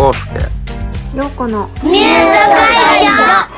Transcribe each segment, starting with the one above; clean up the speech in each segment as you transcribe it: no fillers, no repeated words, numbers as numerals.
康介、 陽子のミュート会場。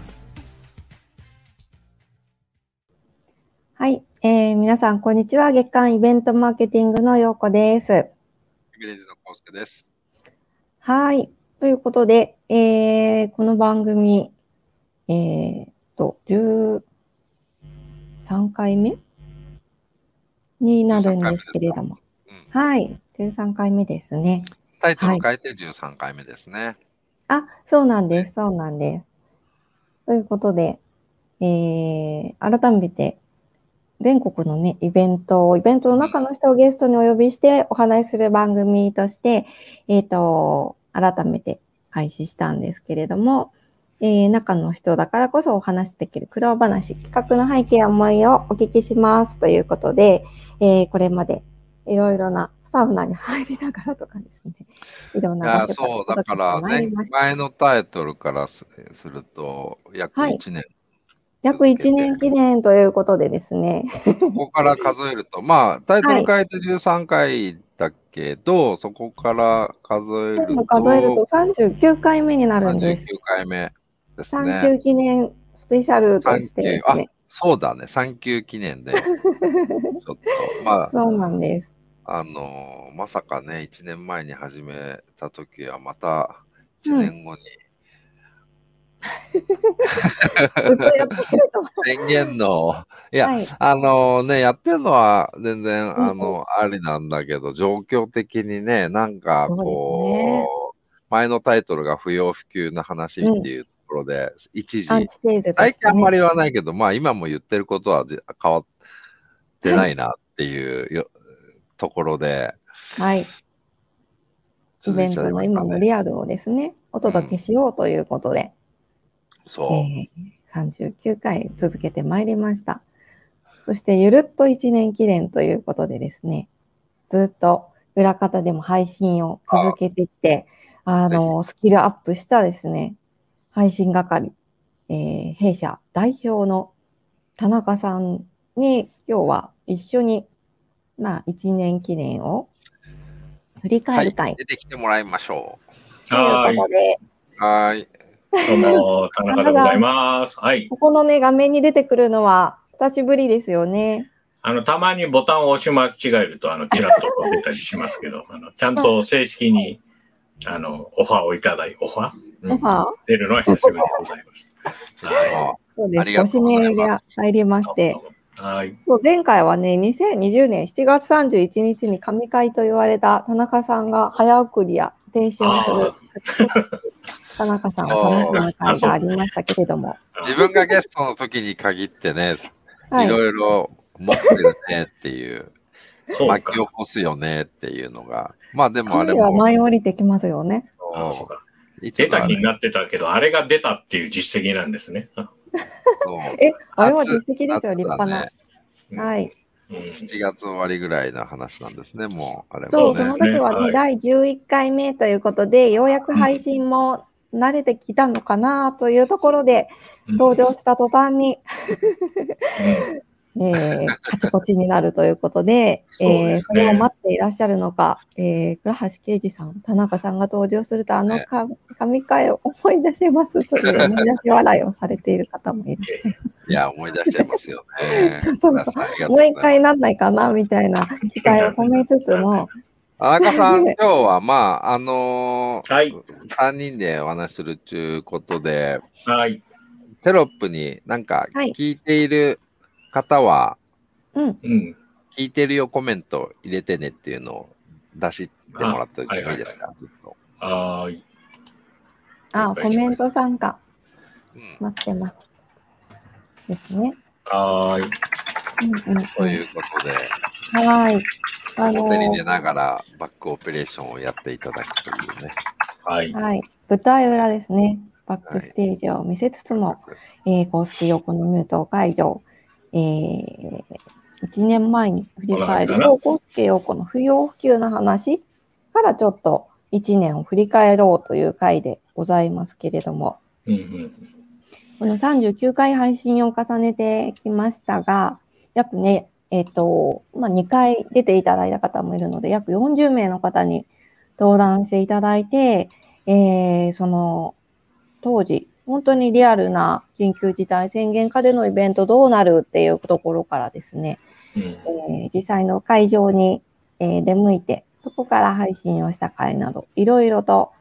はい、皆さんこんにちは。月間イベントマーケティングの陽子です。 ビレッジの康介です。 はい、ということで、この番組、13回目になるんですけれども、はい、13回目ですね。 タイトル変えて13回目ですね。 あ、そうなんです、そうなんです。ということで、改めて全国のね、イベントの中の人をゲストにお呼びしてお話しする番組として、改めて開始したんですけれども、中の人だからこそお話しできる苦労話、企画の背景や思いをお聞きしますということで、これまでいろいろなサウナに入りながらとかですね、いろんな場所からそう、だから前のタイトルからすると約1年。 約1年記念ということでですね。 そこから数えると、まあ、タイトル変えて13回だけど、そこから数えると 39回目になるんです。 39回目ですね。 産休記念スペシャルとしてですね。 そうだね、産休記念で。ちょっと、まあ、 そうなんです。 まさかね、1年前に始めたときは、また1年後に、 ずっとやってると宣言の、いや、やってるのは全然、ありなんだけど、状況的にね、なんかこう、前のタイトルが不要不急な話っていうところで、一時、最近あんまり言わないけど、まあ今も言ってることは変わってないなっていうところで、 はい。イベントの今のリアルをですね、お届けしようということで、39回続けてまいりました。そしてゆるっと1年記念ということでですね、ずっと裏方でも配信を続けてきて、スキルアップしたですね、配信係、弊社代表の田中さんに今日は一緒に、1年記念を振り返る会、 出てきてもらいましょう。ということで、 はい。 どうも、田中でございます。はい。 ここのね、画面に出てくるのは久しぶりですよね。 たまにボタンを押し間違えると、ちらっと出たりしますけど、ちゃんと正式に、オファーをいただいて、オファー出るのは久しぶりでございます。 はい。そうです。ご指名が入りまして。はい。そう、前回はね、2020年7月31日に神会と言われた田中さんが早送りや停止をする。田中さんは楽しみな会がありましたけれども。 自分がゲストの時に限ってね、いろいろ持ってるねっていう、巻き起こすよねっていうのが。まあでもあれも。 神が舞い降りてきますよね。 そうか。出た気になってたけど、あれが出たっていう実績なんですね。 あれは実績ですよ、立派な。はい。 7月終わりぐらいの話なんですね、もう。あれそう、その時はね、第11回目ということで、ようやく配信も慣れてきたのかなというところで、登場した途端にカチコチになるということで、それを待っていらっしゃるのか、倉橋啓二さん、田中さんが登場すると、神回を思い出しますという思い出し笑いをされている方もいらっしゃいます。 いや、思い出しちゃいますよね。 そう。もう一回なんないかなみたいな期待を込めつつも、 田中さん、今日はまあ、3人でお話しするということで、テロップになんか聞いている方は、聞いてるよコメント入れてねっていうのを出してもらってもいいですか、ずっと。 コメント参加、待ってます。ですね。 ということで、表に出ながらバックオペレーションをやっていただくというね。 はい。舞台裏ですね。バックステージを見せつつも、公式横のミュート会場、1年前に振り返る公式横の不要不急な話からちょっと1年を振り返ろうという回でございますけれども、この39回配信を重ねてきましたが、約ね、2回出ていただいた方もいるので、約40名の方に登壇していただいて、 その当時、本当にリアルな緊急事態宣言下でのイベントどうなるっていうところからですね、実際の会場に、出向いて、そこから配信をした回など、いろいろと、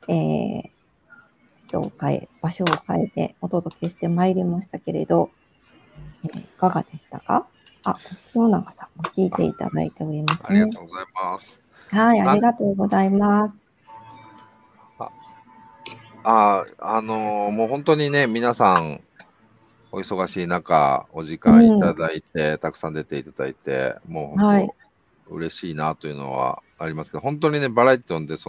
場所を変えてお届けしてまいりましたけれど、いかがでしたか？清永さんも聞いていただいておりますね。 ありがとうございます。 はい、ありがとうございます。 もう本当にね、皆さん、お忙しい中、お時間いただいて、たくさん出ていただいて、もう本当、嬉しいなというのはありますけど、本当にね、バラエティオンで、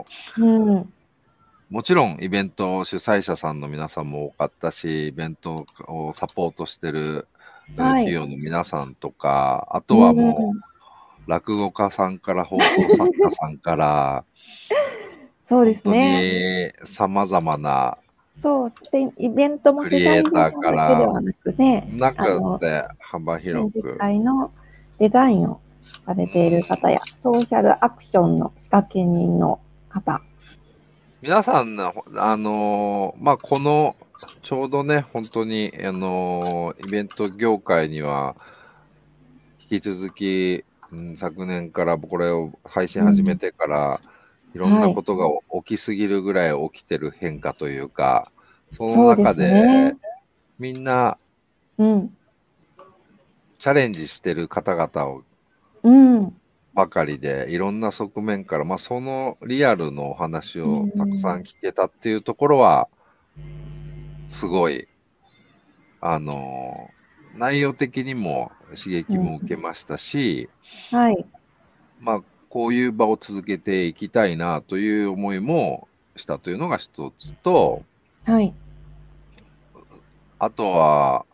もちろんイベント主催者さんの皆さんも多かったし、イベントをサポートしてる企業の皆さんとか、あとはもう、落語家さんから放送作家さんから、 そうですね。 本当に様々な、 イベントも主催者さんだけではなくね、 幅広く。 展示会のデザインをされている方や、ソーシャルアクションの仕掛け人の方。 皆さん、この、ちょうどね、本当に、イベント業界には、引き続き、昨年からこれを配信始めてから、いろんなことが起きすぎるぐらい起きてる変化というか、その中で、みんな、チャレンジしてる方々を、ばかりで、いろんな側面から、そのリアルのお話をたくさん聞けたっていうところは、すごい、内容的にも刺激も受けましたし、こういう場を続けていきたいなという思いもしたというのが一つと、あとは、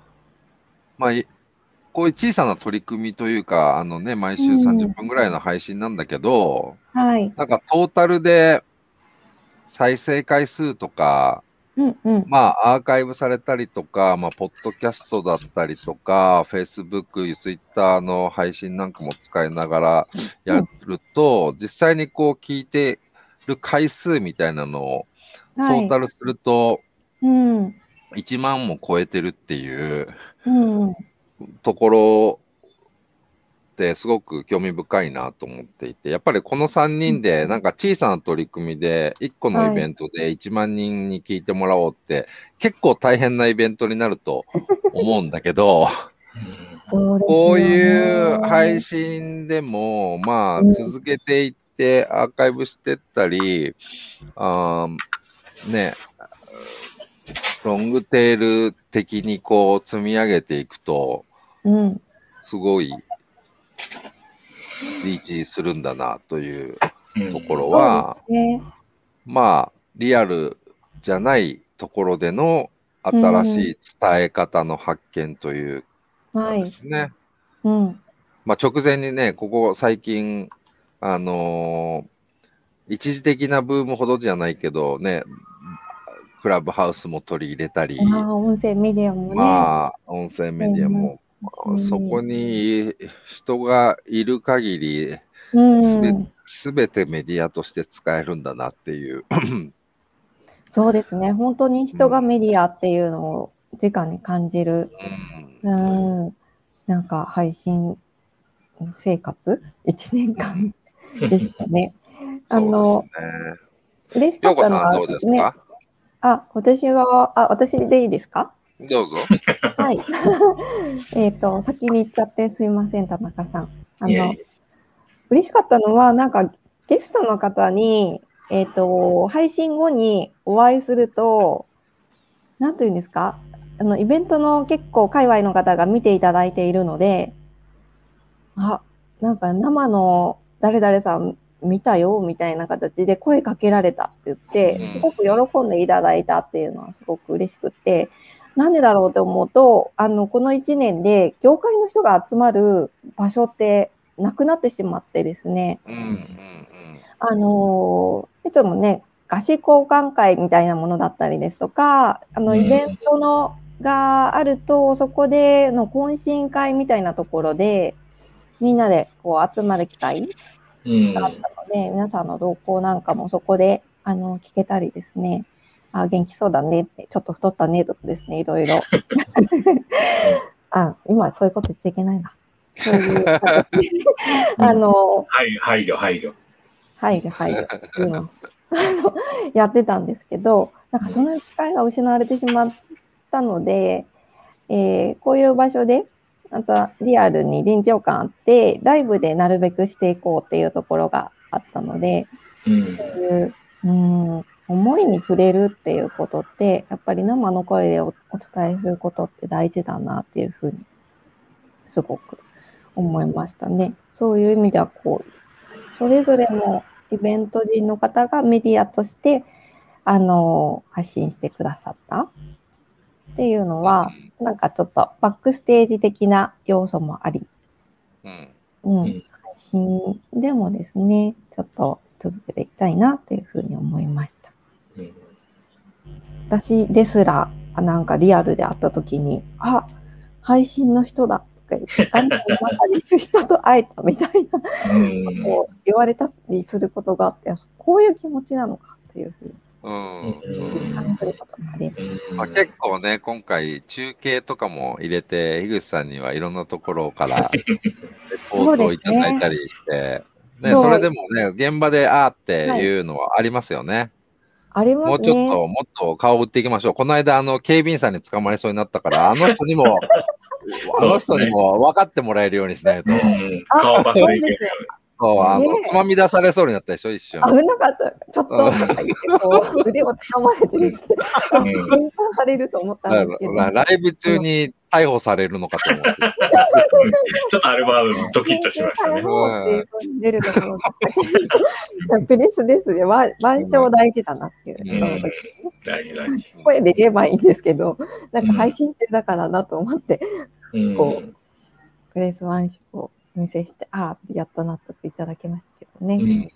こういう小さな取り組みというか、毎週30分ぐらいの配信なんだけど、なんかトータルで再生回数とか、アーカイブされたりとか、ポッドキャストだったりとか、Facebook、Twitter の配信なんかも使いながらやると、実際にこう聞いてる回数みたいなのをトータルすると、1万も超えてるっていうところってすごく興味深いなと思っていて、やっぱりこの3人でなんか小さな取り組みで1個のイベントで1万人に聞いてもらおうって結構大変なイベントになると思うんだけど、こういう配信でも続けていってアーカイブしてったり、ロングテール的にこう積み上げていくと、すごいリーチするんだなというところは、リアルじゃないところでの新しい伝え方の発見というかですね。直前にね、ここ最近、一時的なブームほどじゃないけどね、クラブハウスも取り入れたり、 音声メディアもね。 音声メディアも、そこに人がいる限り、すべてメディアとして使えるんだなっていう。 そうですね。本当に人がメディアっていうのを直に感じる。なんか配信生活1年間でしたね。嬉しかったのはね。私でいいですか？ どうぞ。 はい。先に言っちゃってすいません、田中さん。嬉しかったのは、なんかゲストの方に、配信後にお会いすると、なんというんですか、イベントの結構界隈の方が見ていただいているので、なんか生の誰々さん見たよみたいな形で声かけられたって言って、すごく喜んでいただいたっていうのはすごく嬉しくって、なんでだろうと思うと、この1年で業界の人が集まる場所ってなくなってしまってですね、いつもね、菓子交換会みたいなものだったりですとか、イベントがあると、そこでの懇親会みたいなところで、みんなでこう集まる機会があったので、皆さんの動向なんかもそこで聞けたりですね、元気そうだねって、ちょっと太ったねとかですね、いろいろ。今そういうこと言っちゃいけないな。そういう形で、 配慮。 っていうのをやってたんですけど、なんかその機会が失われてしまったので、こういう場所で、あとはリアルに臨場感あって、ライブでなるべくしていこうっていうところがあったので、そういう、思いに触れるっていうことって、やっぱり生の声でお伝えすることって大事だなっていうふうに、すごく思いましたね。そういう意味では、それぞれのイベント人の方がメディアとして、発信してくださったっていうのは、なんかちょっとバックステージ的な要素もあり、配信でもですね、ちょっと続けていきたいなっていうふうに思いました。私ですら、なんかリアルで会った時に、配信の人だとか言って、画面の中にいる人と会えたみたいなことを言われたりすることがあって、こういう気持ちなのかっていうふうに。実感することもあります。 結構ね、今回中継とかも入れて、樋口さんにはいろんなところからレポートをいただいたりして、それでもね、現場でっていうのはありますよね。 ありますね。 もっと顔を売っていきましょう。この間、警備員さんに捕まりそうになったから、あの人にも分かってもらえるようにしないと。 顔パスでいける。 つまみ出されそうになったでしょ、一瞬。 危なかった。ちょっととか言って、腕を掴まれてですね、返還されると思ったんですけど。 ライブ中に逮捕されるのかと思って。 ちょっとあれはドキッとしましたね。 出るところプレスですね。腕章大事だなっていう。 大事。 声で言えばいいんですけど、なんか配信中だからなと思って、プレス腕章をお見せして、やっと納得いただけましたけどね。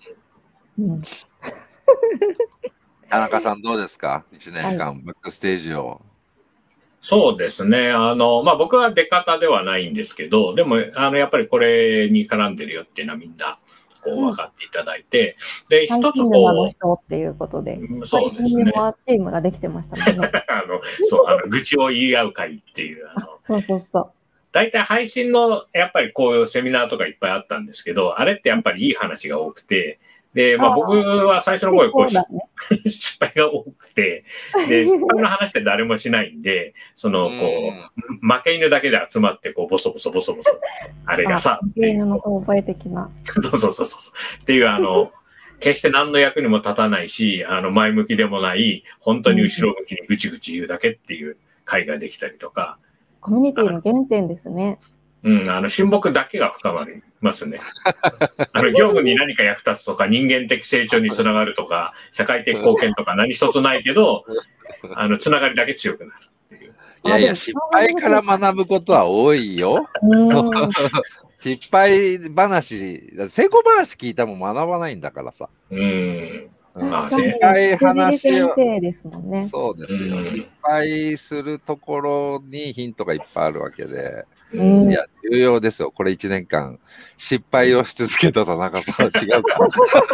田中さんどうですか ?1 年間、バックステージを。 そうですね。僕は出方ではないんですけど、でも、やっぱりこれに絡んでるよっていうのはみんな、分かっていただいて、で、一つの人っていうことで、 そうですね。 チームができてましたもんね。 愚痴を言い合う会っていう。 そう。 大体配信の、やっぱりこういうセミナーとかいっぱいあったんですけど、あれってやっぱりいい話が多くて、で、僕は最初の頃失敗が多くて、で、失敗の話って誰もしないんで、負け犬だけで集まって、ボソボソ、あれがさ、 負け犬の覚え的な。 そう。っていう、決して何の役にも立たないし、前向きでもない、本当に後ろ向きにぐちぐち言うだけっていう会ができたりとか。 コミュニティの原点ですね。 親睦だけが深まりますね。業務に何か役立つとか、人間的成長につながるとか、社会的貢献とか何一つないけど、つながりだけ強くなるっていう。 いや、失敗から学ぶことは多いよ。失敗話、成功話聞いたも学ばないんだからさ。 失敗話を。 そうですよ。失敗するところにヒントがいっぱいあるわけで。いや、重要ですよ。これ1年間、失敗をし続けた田中さんは違うか。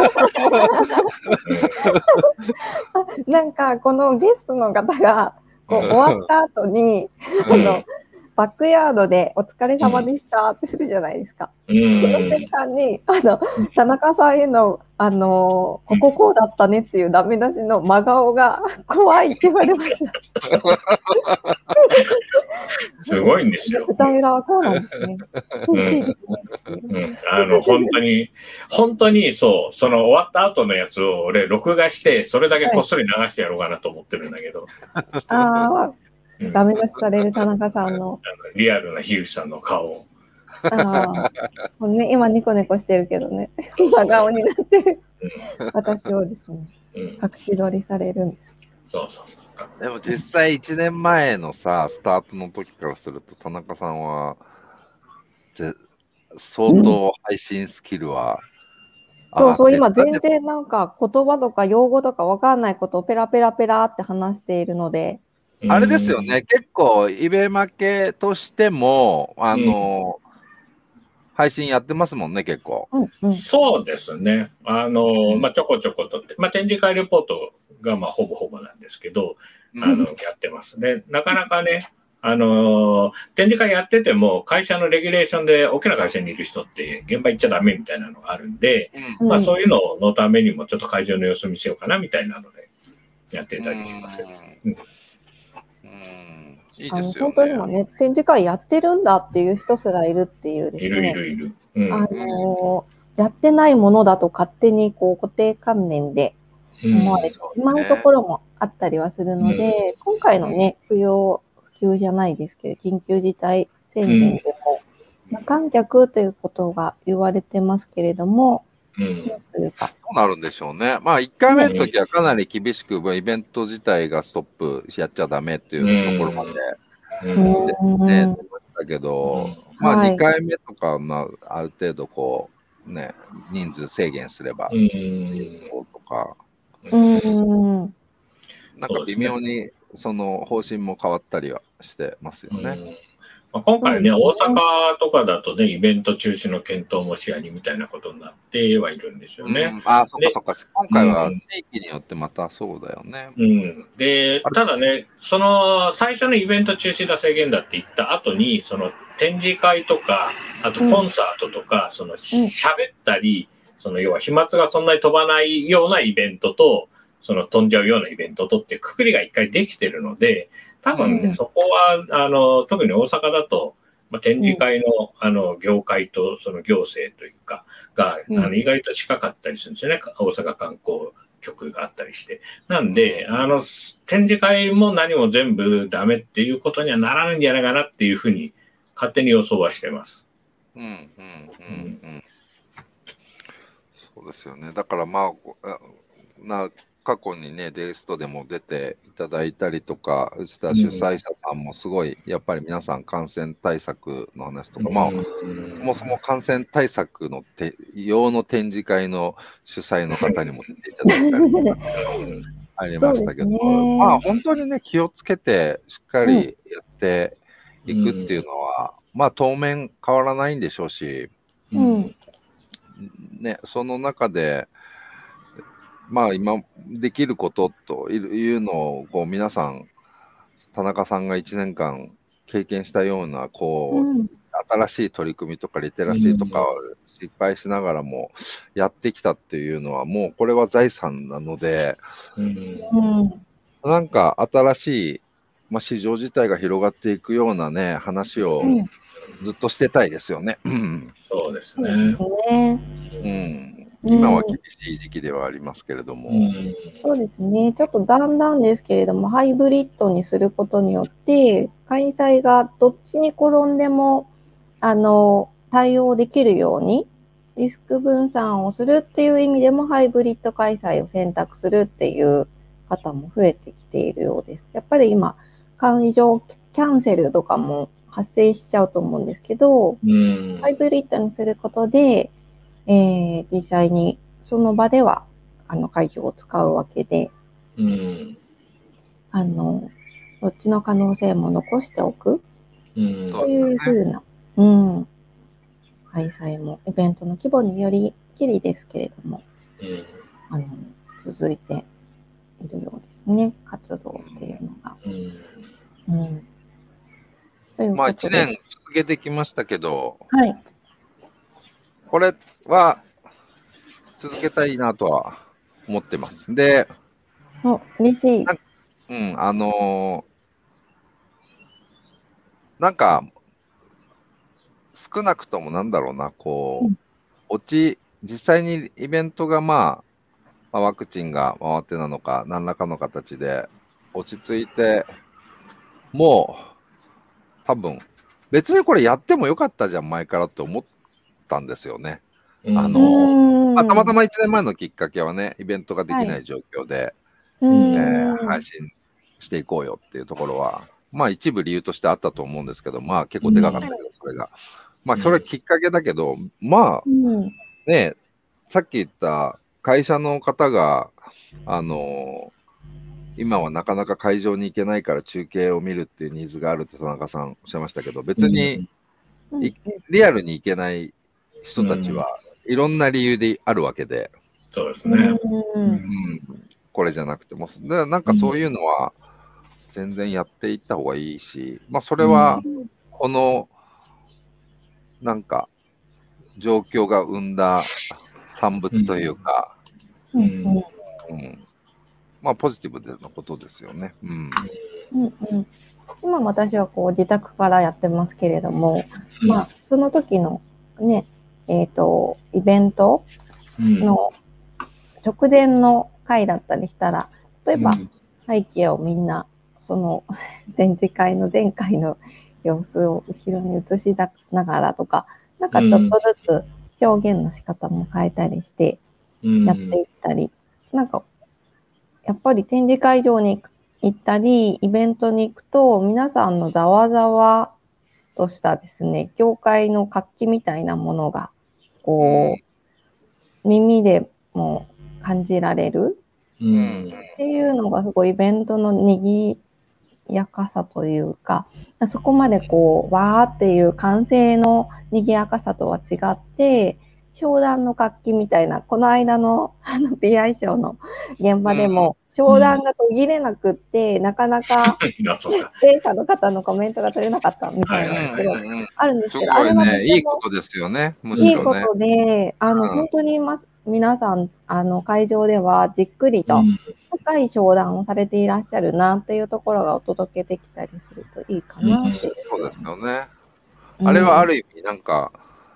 なんか、このゲストの方が、終わった後に、バックヤードでお疲れ様でしたってするじゃないですか。その瞬間に、田中さんへの、こうだったねっていうダメ出しの真顔が怖いって言われました。 すごいんですよ。 舞台裏はこうなんですね。 本当にそう、その終わった後のやつを俺録画して、それだけこっそり流してやろうかなと思ってるんだけど。 ダメ出しされる田中さんの。 リアルな樋口さんの顔を。 今ニコニコしてるけどね、真顔になってる私をですね、隠し撮りされるんです。 そう。 でも実際1年前のさ、スタートの時からすると、田中さんは、相当配信スキルは、 そう、今全然なんか言葉とか用語とかわかんないことをペラペラって話しているので。 あれですよね、結構、イベ負けとしても、 配信やってますもんね、結構。 そうですね。ちょこちょことって、展示会レポートがほぼほぼなんですけど、やってますね。なかなかね、展示会やってても、会社のレギュレーションで大きな会社にいる人って現場行っちゃダメみたいなのがあるんで、そういうののためにもちょっと会場の様子見せようかなみたいなので、やってたりしますけど。 いいですよね。 本当にもね、展示会やってるんだっていう人すらいるっていうですね。 いる。 やってないものだと勝手に固定観念で思われてしまうところもあったりはするので、今回のね、不急じゃないですけど、緊急事態宣言でも、無観客ということが言われてますけれども、 どうなるんでしょうね。1回目の時はかなり厳しく、イベント自体がストップやっちゃダメっていうところまで出ましたけど、2回目とか、ある程度人数制限すれば、とか、なんか微妙にその方針も変わったりはしてますよね。 今回ね、大阪とかだとね、イベント中止の検討も視野にみたいなことになってはいるんですよね。 そっか。今回は地域によってまたそうだよね。 で、ただね、その最初のイベント中止だ制限だって言った後に、その展示会とか、あとコンサートとか、その喋ったり、その要は飛沫がそんなに飛ばないようなイベントと、その飛んじゃうようなイベントとってくくりが一回できてるので、多分ね、そこは、特に大阪だと、展示会の、業界とその行政というか、が、意外と近かったりするんですよね。大阪観光局があったりして。なんで、展示会も何も全部ダメっていうことにはならないんじゃないかなっていうふうに、勝手に予想はしてます。 そうですよね。だから過去にね、ゲストでも出ていただいたりとかした主催者さんもすごい、やっぱり皆さん感染対策の話とか、そもそも感染対策の用の展示会の主催の方にも出ていただいたりとかありましたけど、本当にね、気をつけてしっかりやっていくっていうのは、当面変わらないんでしょうし、ね、その中で、今できることというのを皆さん、田中さんが1年間経験したような新しい取り組みとかリテラシーとかを失敗しながらもやってきたっていうのは、もうこれは財産なので、なんか新しい、市場自体が広がっていくようなね、話をずっとしてたいですよね。 そうですね。 今は厳しい時期ではありますけれども。 そうですね。ちょっとだんだんですけれども、ハイブリッドにすることによって、開催がどっちに転んでも、対応できるように、リスク分散をするっていう意味でも、ハイブリッド開催を選択するっていう方も増えてきているようです。やっぱり今、会場キャンセルとかも発生しちゃうと思うんですけど、ハイブリッドにすることで、実際にその場では会場を使うわけで、どっちの可能性も残しておく、そういうふうな、開催もイベントの規模によりきりですけれども、続いているようですね、活動っていうのが。 1年続けてきましたけど、これは続けたいなとは思ってます。で、 嬉しい。 なんか、少なくとも実際にイベントがワクチンが回ってなのか、何らかの形で落ち着いて、もう、多分、別にこれやってもよかったじゃん、前からって思ったんですよね。たまたま1年前のきっかけはね、イベントができない状況で、配信していこうよっていうところは、一部理由としてあったと思うんですけど、結構でかかったけど、それが。それはきっかけだけど、ね、さっき言った会社の方が、今はなかなか会場に行けないから中継を見るっていうニーズがあるって田中さんおっしゃいましたけど、別にリアルに行けない人たちはいろんな理由であるわけで、 そうですね。 これじゃなくても、なんかそういうのは全然やっていった方がいいし、まあそれは、この、なんか、状況が生んだ産物というか、まあポジティブでのことですよね。 今私はこう自宅からやってますけれども、まあその時のね、イベントの直前の回だったりしたら、例えば背景をみんなその展示会の前回の様子を後ろに映しながらとか、なんかちょっとずつ表現の仕方も変えたりしてやっていったり、なんかやっぱり展示会場に行ったり、イベントに行くと、皆さんのざわざわとしたですね、業界の活気みたいなものが、こう、耳でも感じられるっていうのが、すごいイベントの賑やかさというか、そこまでこう、わーっていう歓声の賑やかさとは違って、商談の活気みたいな、この間のPI ショーの現場でも、商談が途切れなくって、なかなか出演者の方のコメントが取れなかったみたいなところあるんですけど、あれはね、 いいことですよね。むしろね。 いいことで、本当に皆さん、会場ではじっくりと深い商談をされていらっしゃるなっていうところがお届けできたりするといいかなっていう。 そうですよね。あれはある意味、なんか、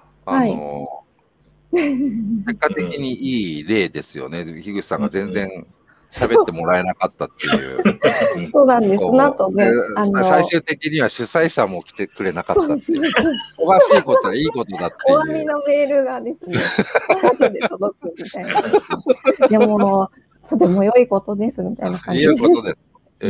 結果的にいい例ですよね。樋口さんが全然喋ってもらえなかったっていう。 そうなんです。なとね、 最終的には主催者も来てくれなかったっていう。おかしいことはいいことだっていう。 お詫びのメールがですね、後で届くみたいな。でも、とても良いことですみたいな感じで。 いいことです。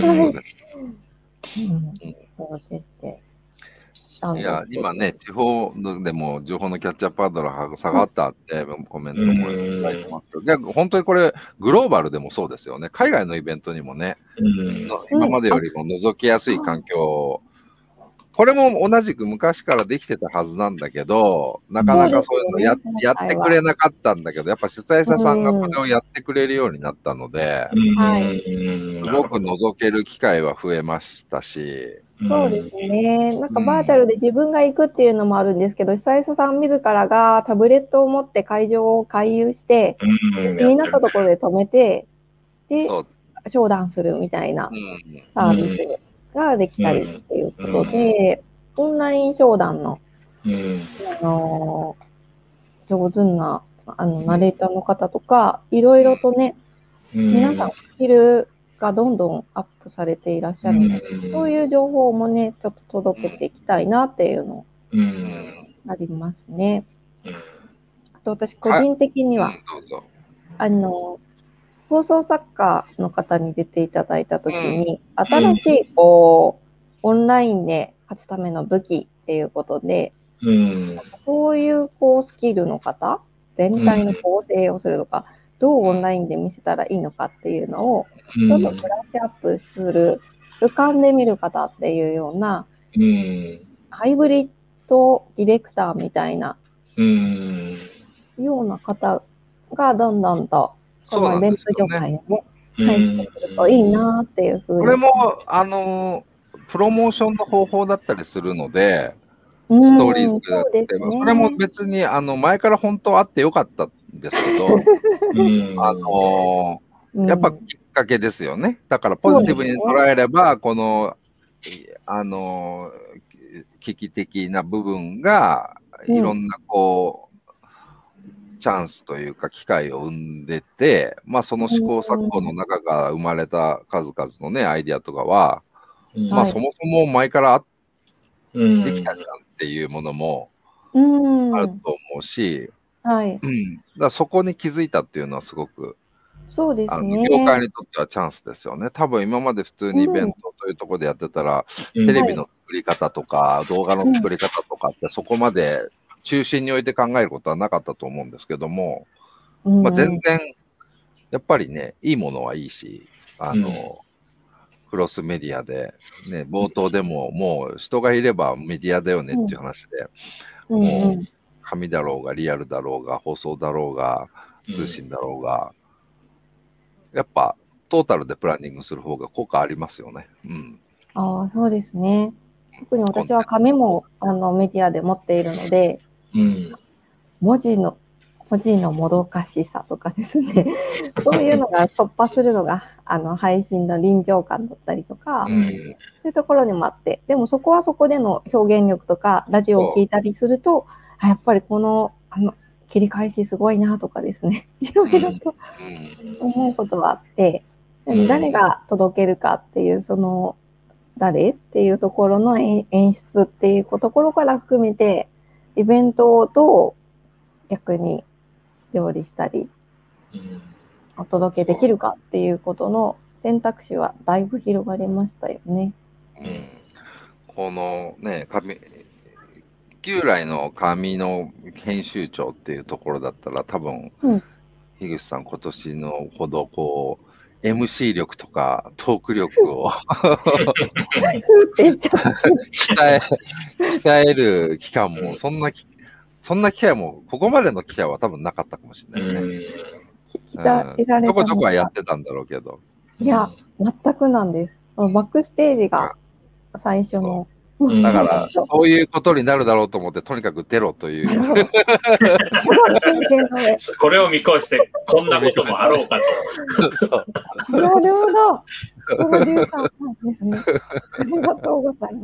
そうでして。 いや、今ね、地方でも情報のキャッチアップハードルが下がったってコメントもいただいてますけど、本当にこれ、グローバルでもそうですよね。海外のイベントにもね、今までよりも覗きやすい環境を、これも同じく昔からできてたはずなんだけど、なかなかそういうのやってくれなかったんだけど、やっぱ主催者さんがそれをやってくれるようになったので、すごく覗ける機会は増えましたし。 そうですね。なんかバーチャルで自分が行くっていうのもあるんですけど、主催者さん自らがタブレットを持って会場を回遊して、気になったところで止めて、で、商談するみたいなサービスができたりっていうことで、オンライン商談の、上手なナレーターの方とか、いろいろとね、皆さんスキルがどんどんアップされていらっしゃるので、そういう情報もね、ちょっと届けていきたいなっていうのありますね。あと私個人的には、放送作家の方に出ていただいたときに、新しいオンラインで勝つための武器っていうことで、そういうスキルの方、全体の構成をするとか、どうオンラインで見せたらいいのかっていうのを、ちょっとブラッシュアップする、俯瞰で見る方っていうような、ハイブリッドディレクターみたいな、ような方がどんどんと、このイベント業界にね、入ってくるといいなっていうふうに。 これも、プロモーションの方法だったりするので、ストーリーズだって、それも別に前から本当あってよかったんですけど、やっぱきっかけですよね。だからポジティブに捉えれば、この、危機的な部分が、いろんなチャンスというか機会を生んでて、まあその試行錯誤の中から生まれた数々のね、アイディアとかは、まあそもそも前からできたじゃんっていうものもあると思うし、だからそこに気づいたっていうのはすごく、 そうですね。 業界にとってはチャンスですよね。多分今まで普通にイベントというところでやってたら、テレビの作り方とか、動画の作り方とかってそこまで中心に置いて考えることはなかったと思うんですけども、まあ全然、やっぱりね、いいものはいいし、クロスメディアで、ね、冒頭でももう人がいればメディアだよねっていう話で、もう紙だろうが、リアルだろうが、放送だろうが、通信だろうが、やっぱトータルでプランニングする方が効果ありますよね。 ああ、そうですね。特に私は紙もメディアで持っているので、文字のもどかしさとかですね、そういうのが突破するのが配信の臨場感だったりとか、そういうところにもあって、でもそこはそこでの表現力とか、ラジオを聞いたりすると、やっぱりこの切り返しすごいなとかですね、いろいろと思うことはあって、誰が届けるかっていう、誰っていうところの演出っていうところから含めて、イベントをどう逆に料理したり、お届けできるかっていうことの選択肢はだいぶ広がりましたよね。 このね、旧来の紙の編集長っていうところだったら多分、樋口さん今年のほどこう、MC 力とかトーク力を鍛える期間も、そんな機会も、ここまでの機会は多分なかったかもしれないね。ちょこちょこはやってたんだろうけど。 いや、全くなんです。バックステージが最初の。 だから、そういうことになるだろうと思って、とにかく出ろという。 これを見越して、こんなこともあろうかと。なるほど。プロデューサーさんですね。ありがとうございます。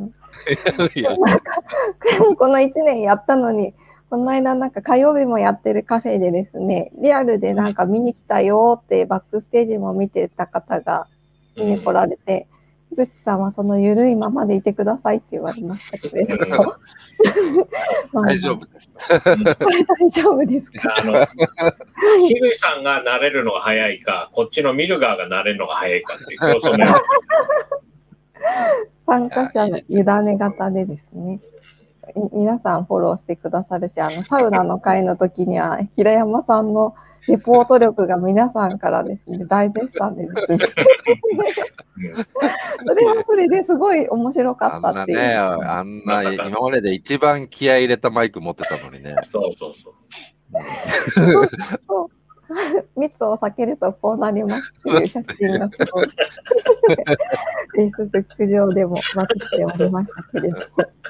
でもこの1年やったのに、この間火曜日もやってるカフェでですね、リアルで見に来たよってバックステージも見てた方が見に来られて、樋口さんはその緩いままでいてくださいって言われましたけれど。 大丈夫です。 大丈夫ですか。 樋口さんが慣れるのが早いか、こっちの見る側が慣れるのが早いかっていう競争になる。 参加者の委ね型でですね。皆さんフォローしてくださるし、サウナの会の時には平山さんのレポート力が皆さんからですね、大絶賛でですね。それはそれですごい面白かったっていう。 あんな今までで一番気合い入れたマイク持ってたのにね。 そうそうそう。 密を避けるとこうなりますっていう写真がすごい。Facebook 上でもバズっておりましたけれど。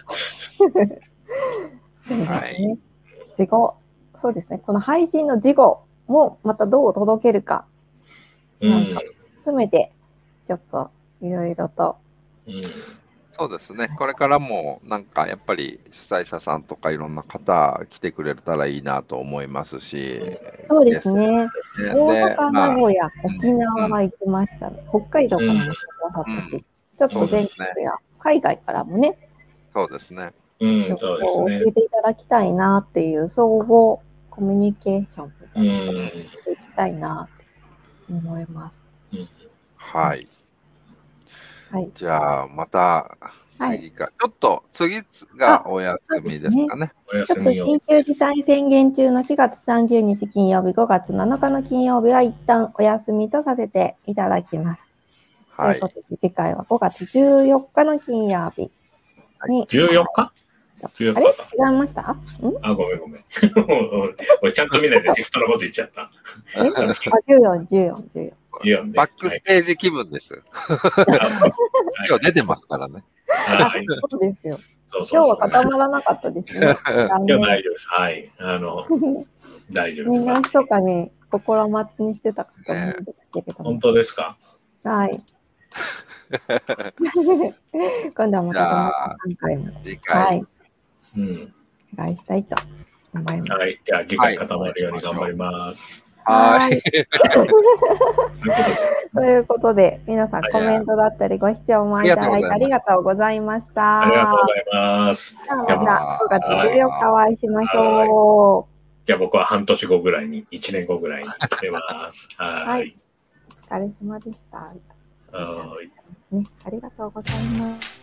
そうですね。この配信の事後もまたどう届けるか、含めて、ちょっといろいろと。 そうですね。これからもやっぱり主催者さんとかいろんな方来てくれたらいいなと思いますし。 そうですね。大阪、名古屋、沖縄は行きましたね。北海道からも来てくださったし、ちょっと全国や海外からもね。 そうですね。 そうですね。 教えていただきたいなっていう総合コミュニケーションみたいなことをしていきたいなって思います。 はい。じゃあまた次か、ちょっと次がお休みですかね。 ちょっと緊急事態宣言中の4月30日金曜日、5月7日の金曜日は一旦お休みとさせていただきます。ということで次回は5月14日の金曜日に。 14日？ あれ違いました？ ごめん。俺ちゃんと見ないで適当なこと言っちゃった。 14。 バックステージ気分です。今日出てますからね。 そうですよ。今日は固まらなかったですね。 今日大丈夫です。はい。大丈夫です。 みんな密かに心待ちにしてたかと思うんですけれども。 本当ですか？ はい。今度はまた3回も。 次回。 お願いしたいと思います。 はい。じゃあ次回固まるように頑張ります。 はい。ということで、皆さんコメントだったりご視聴もいただいてありがとうございました。 ありがとうございます。 また5月14日お会いしましょう。 じゃあ僕は半年後ぐらいに、1年後ぐらいに出ます。はい。 お疲れ様でした。ありがとうございます。